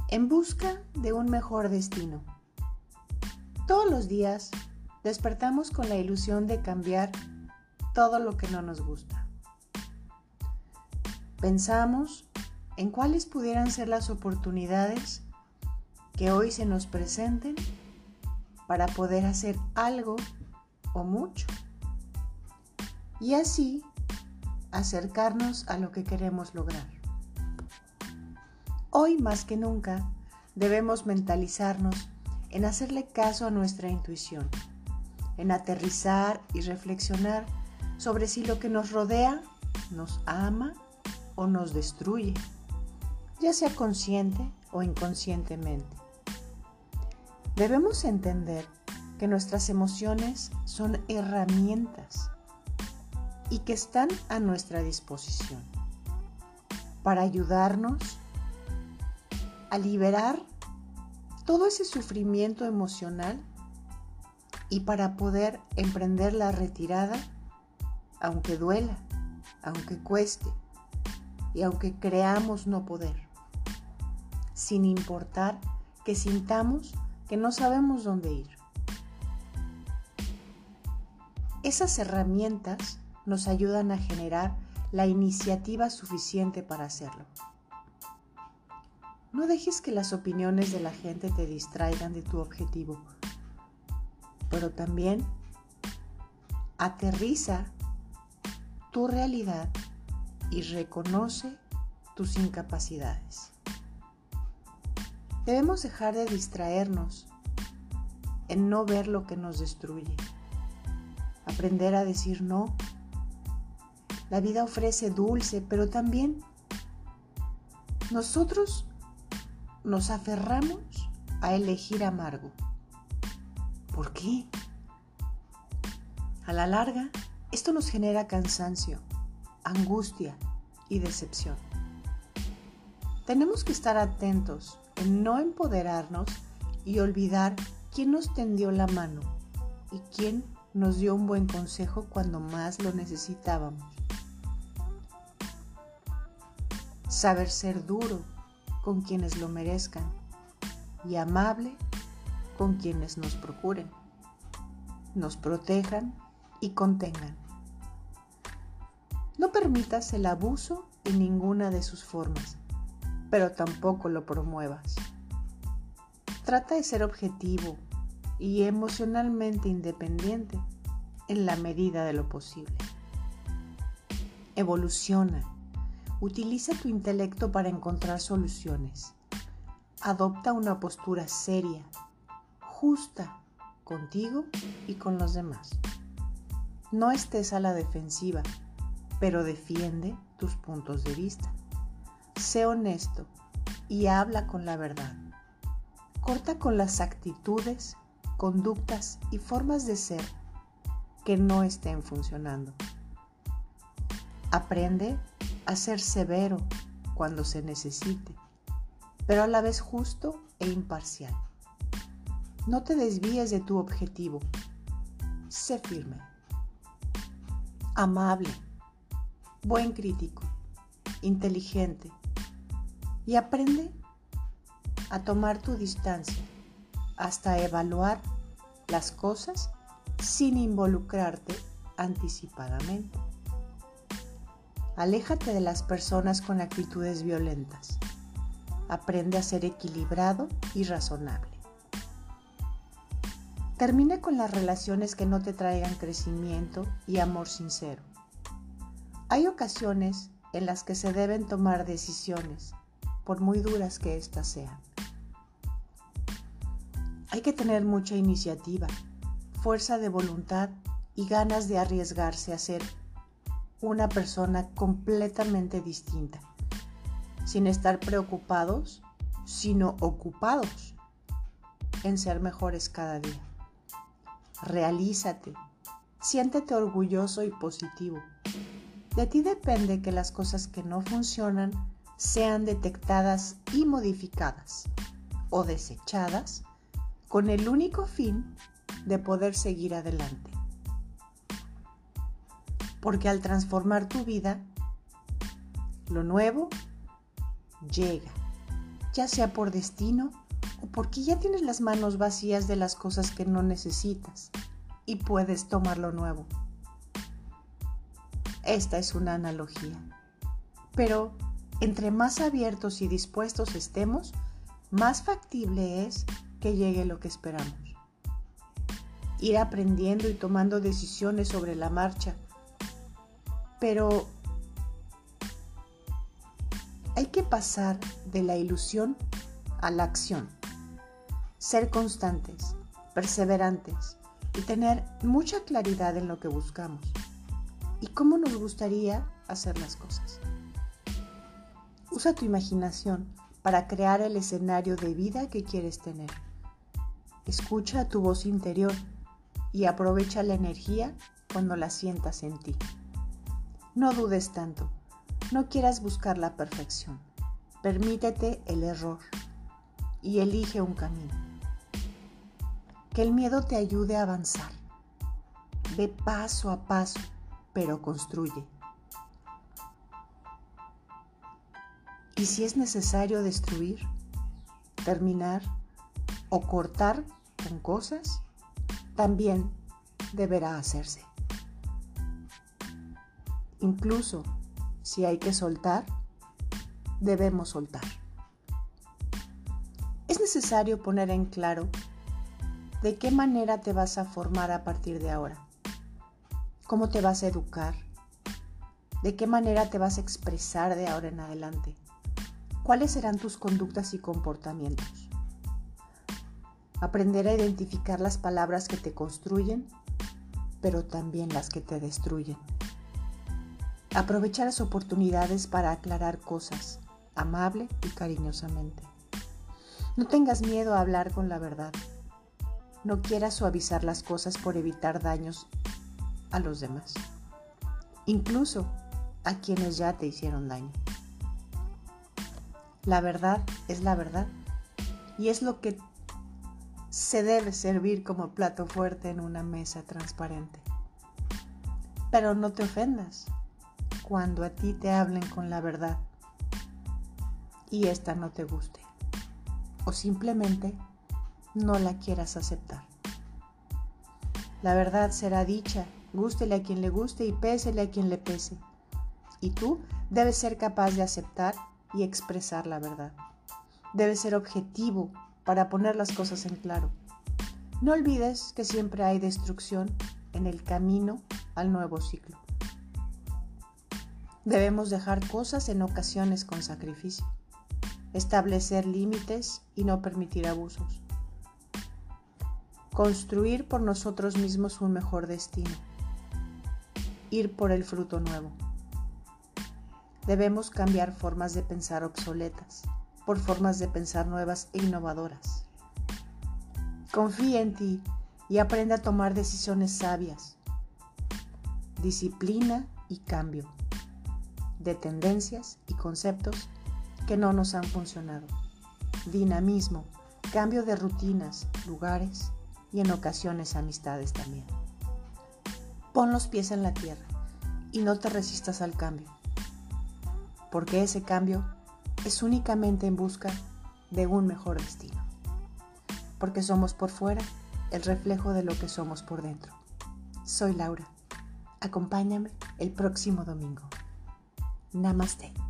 en busca de un mejor destino. Todos los días despertamos con la ilusión de cambiar todo lo que no nos gusta. Pensamos en cuáles pudieran ser las oportunidades que hoy se nos presenten para poder hacer algo o mucho y así acercarnos a lo que queremos lograr. Hoy más que nunca debemos mentalizarnos en hacerle caso a nuestra intuición, en aterrizar y reflexionar sobre si lo que nos rodea nos ama o nos destruye, ya sea consciente o inconscientemente. Debemos entender que nuestras emociones son herramientas y que están a nuestra disposición para ayudarnos a liberar todo ese sufrimiento emocional y para poder emprender la retirada, aunque duela, aunque cueste y aunque creamos no poder, sin importar que sintamos que no sabemos dónde ir. Esas herramientas nos ayudan a generar la iniciativa suficiente para hacerlo. No dejes que las opiniones de la gente te distraigan de tu objetivo, pero también aterriza tu realidad y reconoce tus incapacidades. Debemos dejar de distraernos en no ver lo que nos destruye. Aprender a decir no. La vida ofrece dulce, pero también nosotros nos aferramos a elegir amargo. ¿Por qué? A la larga, esto nos genera cansancio, angustia y decepción. Tenemos que estar atentos en no empoderarnos y olvidar quién nos tendió la mano y quién nos dio un buen consejo cuando más lo necesitábamos. Saber ser duro con quienes lo merezcan y amable con quienes nos procuren, nos protejan y contengan. No permitas el abuso en ninguna de sus formas, pero tampoco lo promuevas. Trata de ser objetivo y emocionalmente independiente en la medida de lo posible. Evoluciona. Utiliza tu intelecto para encontrar soluciones. Adopta una postura seria, justa contigo y con los demás. No estés a la defensiva, pero defiende tus puntos de vista. Sé honesto y habla con la verdad. Corta con las actitudes, conductas y formas de ser que no estén funcionando. Aprende a ser severo cuando se necesite, pero a la vez justo e imparcial. No te desvíes de tu objetivo. Sé firme, amable, buen crítico, inteligente y aprende a tomar tu distancia hasta evaluar las cosas sin involucrarte anticipadamente. Aléjate de las personas con actitudes violentas. Aprende a ser equilibrado y razonable. Termina con las relaciones que no te traigan crecimiento y amor sincero. Hay ocasiones en las que se deben tomar decisiones, por muy duras que éstas sean. Hay que tener mucha iniciativa, fuerza de voluntad y ganas de arriesgarse a ser una persona completamente distinta, sin estar preocupados, sino ocupados en ser mejores cada día. Realízate, siéntete orgulloso y positivo. De ti depende que las cosas que no funcionan sean detectadas y modificadas o desechadas con el único fin de poder seguir adelante. Porque al transformar tu vida, lo nuevo llega ya sea por destino o porque ya tienes las manos vacías de las cosas que no necesitas y puedes tomar lo nuevo. Esta es una analogía, pero entre más abiertos y dispuestos estemos, más factible es que llegue lo que esperamos. Ir aprendiendo y tomando decisiones sobre la marcha, pero hay que pasar de la ilusión a la acción, ser constantes, perseverantes y tener mucha claridad en lo que buscamos y cómo nos gustaría hacer las cosas. Usa tu imaginación para crear el escenario de vida que quieres tener. Escucha tu voz interior y aprovecha la energía cuando la sientas en ti. No dudes tanto, no quieras buscar la perfección. Permítete el error y elige un camino. Que el miedo te ayude a avanzar. Ve paso a paso, pero construye. Y si es necesario destruir, terminar o cortar con cosas, también deberá hacerse. Incluso si hay que soltar, debemos soltar. Es necesario poner en claro de qué manera te vas a formar a partir de ahora, cómo te vas a educar, de qué manera te vas a expresar de ahora en adelante, cuáles serán tus conductas y comportamientos. Aprender a identificar las palabras que te construyen, pero también las que te destruyen. Aprovecha las oportunidades para aclarar cosas, amable y cariñosamente. No tengas miedo a hablar con la verdad. No quieras suavizar las cosas por evitar daños a los demás, incluso a quienes ya te hicieron daño. La verdad es la verdad y es lo que se debe servir como plato fuerte en una mesa transparente. Pero no te ofendas cuando a ti te hablen con la verdad y esta no te guste o simplemente no la quieras aceptar. La verdad será dicha, gústele a quien le guste y pésele a quien le pese. Y tú debes ser capaz de aceptar y expresar la verdad. Debes ser objetivo para poner las cosas en claro. No olvides que siempre hay destrucción en el camino al nuevo ciclo. Debemos dejar cosas en ocasiones con sacrificio, establecer límites y no permitir abusos. Construir por nosotros mismos un mejor destino. Ir por el fruto nuevo. Debemos cambiar formas de pensar obsoletas por formas de pensar nuevas e innovadoras. Confía en ti y aprende a tomar decisiones sabias. Disciplina y cambio de tendencias y conceptos que no nos han funcionado. Dinamismo, cambio de rutinas, lugares y en ocasiones amistades también. Pon los pies en la tierra y no te resistas al cambio, porque ese cambio es únicamente en busca de un mejor destino, porque somos por fuera el reflejo de lo que somos por dentro. Soy Laura. Acompáñame el próximo domingo. Namaste.